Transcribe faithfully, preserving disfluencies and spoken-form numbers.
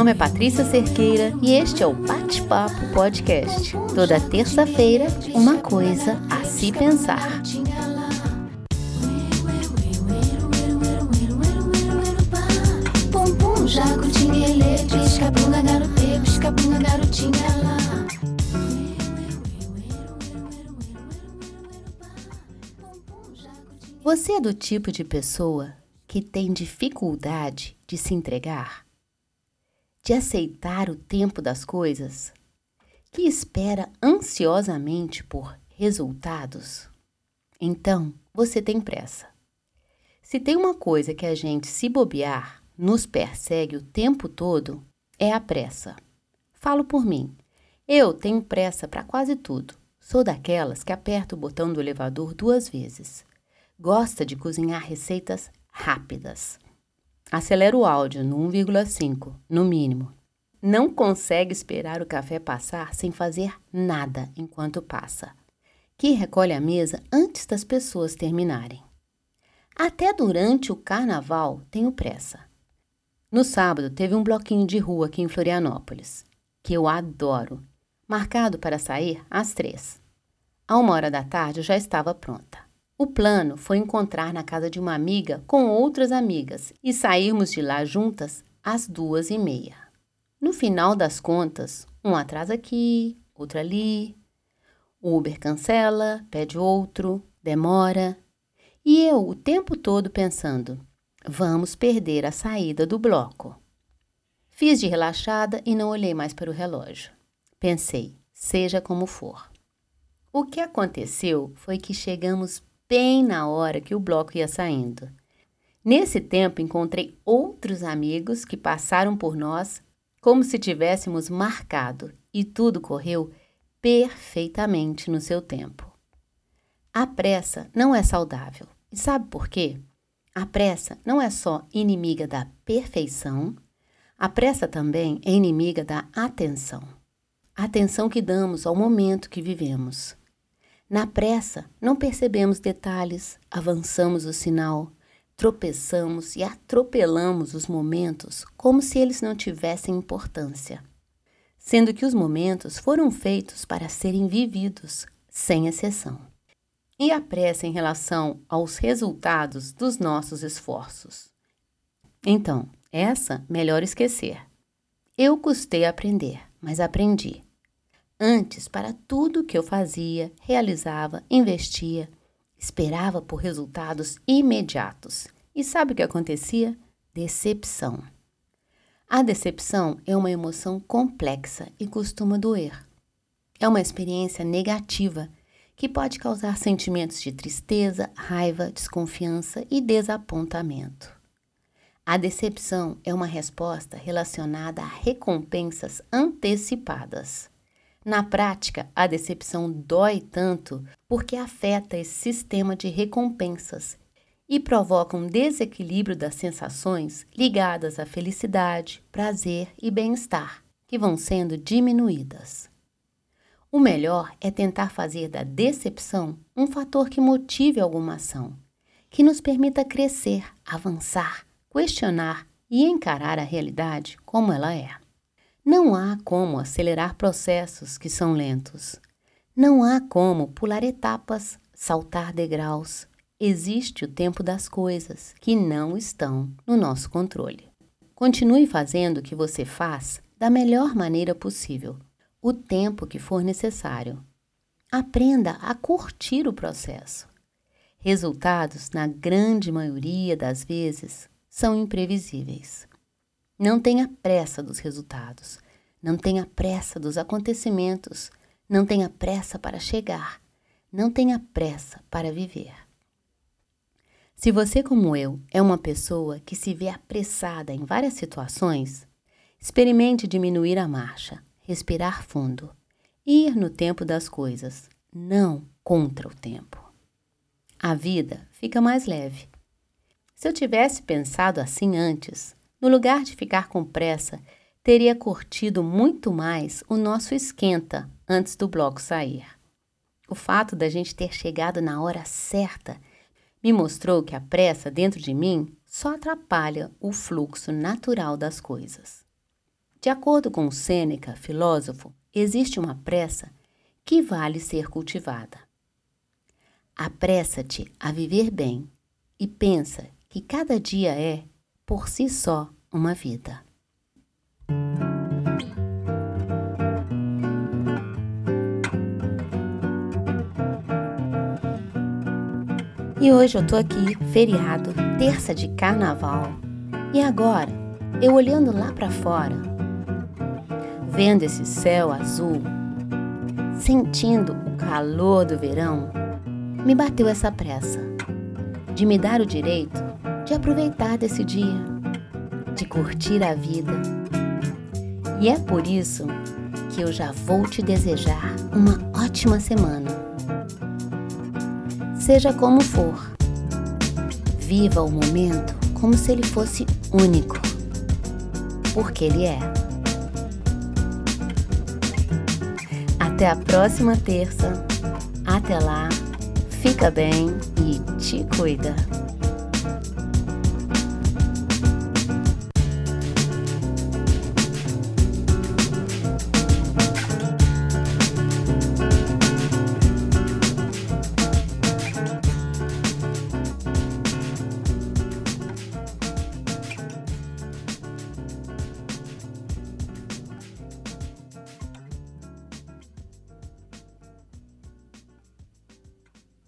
nome é Patrícia Cerqueira e este é o Bate-Papo Podcast. Toda terça-feira, uma coisa a se pensar. Você é do tipo de pessoa que tem dificuldade de se entregar? De aceitar o tempo das coisas? Que espera ansiosamente por resultados? Então, você tem pressa. Se tem uma coisa que a gente, se bobear, nos persegue o tempo todo, é a pressa. Falo por mim. Eu tenho pressa para quase tudo. Sou daquelas que aperta o botão do elevador duas vezes. Gosta de cozinhar receitas rápidas. Acelera o áudio no um vírgula cinco, no mínimo. Não consegue esperar o café passar sem fazer nada enquanto passa. Que recolhe a mesa antes das pessoas terminarem. Até durante o carnaval tenho pressa. No sábado teve um bloquinho de rua aqui em Florianópolis, que eu adoro, marcado para sair às três. À uma hora da tarde eu já estava pronta. O plano foi encontrar na casa de uma amiga com outras amigas e sairmos de lá juntas às duas e meia. No final das contas, um atrasa aqui, outro ali, o Uber cancela, pede outro, demora. E eu o tempo todo pensando, vamos perder a saída do bloco. Fiz de relaxada e não olhei mais para o relógio. Pensei, seja como for. O que aconteceu foi que chegamos bem na hora que o bloco ia saindo. Nesse tempo, encontrei outros amigos que passaram por nós como se tivéssemos marcado e tudo correu perfeitamente no seu tempo. A pressa não é saudável. E sabe por quê? A pressa não é só inimiga da perfeição, a pressa também é inimiga da atenção. A atenção que damos ao momento que vivemos. Na pressa, não percebemos detalhes, avançamos o sinal, tropeçamos e atropelamos os momentos como se eles não tivessem importância, sendo que os momentos foram feitos para serem vividos, sem exceção. E a pressa em relação aos resultados dos nossos esforços? Então, essa melhor esquecer. Eu custei aprender, mas aprendi. Antes, para tudo que eu fazia, realizava, investia, esperava por resultados imediatos. E sabe o que acontecia? Decepção. A decepção é uma emoção complexa e costuma doer. É uma experiência negativa que pode causar sentimentos de tristeza, raiva, desconfiança e desapontamento. A decepção é uma resposta relacionada a recompensas antecipadas. Na prática, a decepção dói tanto porque afeta esse sistema de recompensas e provoca um desequilíbrio das sensações ligadas à felicidade, prazer e bem-estar, que vão sendo diminuídas. O melhor é tentar fazer da decepção um fator que motive alguma ação, que nos permita crescer, avançar, questionar e encarar a realidade como ela é. Não há como acelerar processos que são lentos. Não há como pular etapas, saltar degraus. Existe o tempo das coisas que não estão no nosso controle. Continue fazendo o que você faz da melhor maneira possível, o tempo que for necessário. Aprenda a curtir o processo. Resultados, na grande maioria das vezes, são imprevisíveis. Não tenha pressa dos resultados, não tenha pressa dos acontecimentos, não tenha pressa para chegar, não tenha pressa para viver. Se você, como eu, é uma pessoa que se vê apressada em várias situações, experimente diminuir a marcha, respirar fundo, ir no tempo das coisas, não contra o tempo. A vida fica mais leve. Se eu tivesse pensado assim antes, no lugar de ficar com pressa, teria curtido muito mais o nosso esquenta antes do bloco sair. O fato da gente ter chegado na hora certa me mostrou que a pressa dentro de mim só atrapalha o fluxo natural das coisas. De acordo com Sêneca, filósofo, existe uma pressa que vale ser cultivada. Apressa-te a viver bem e pensa que cada dia é, por si só, uma vida. E hoje eu tô aqui, feriado, terça de carnaval. E agora, eu olhando lá pra fora, vendo esse céu azul, sentindo o calor do verão, me bateu essa pressa de me dar o direito de aproveitar desse dia, de curtir a vida. E é por isso que eu já vou te desejar uma ótima semana. Seja como for, viva o momento como se ele fosse único, porque ele é. Até a próxima terça. Até lá, fica bem e te cuida.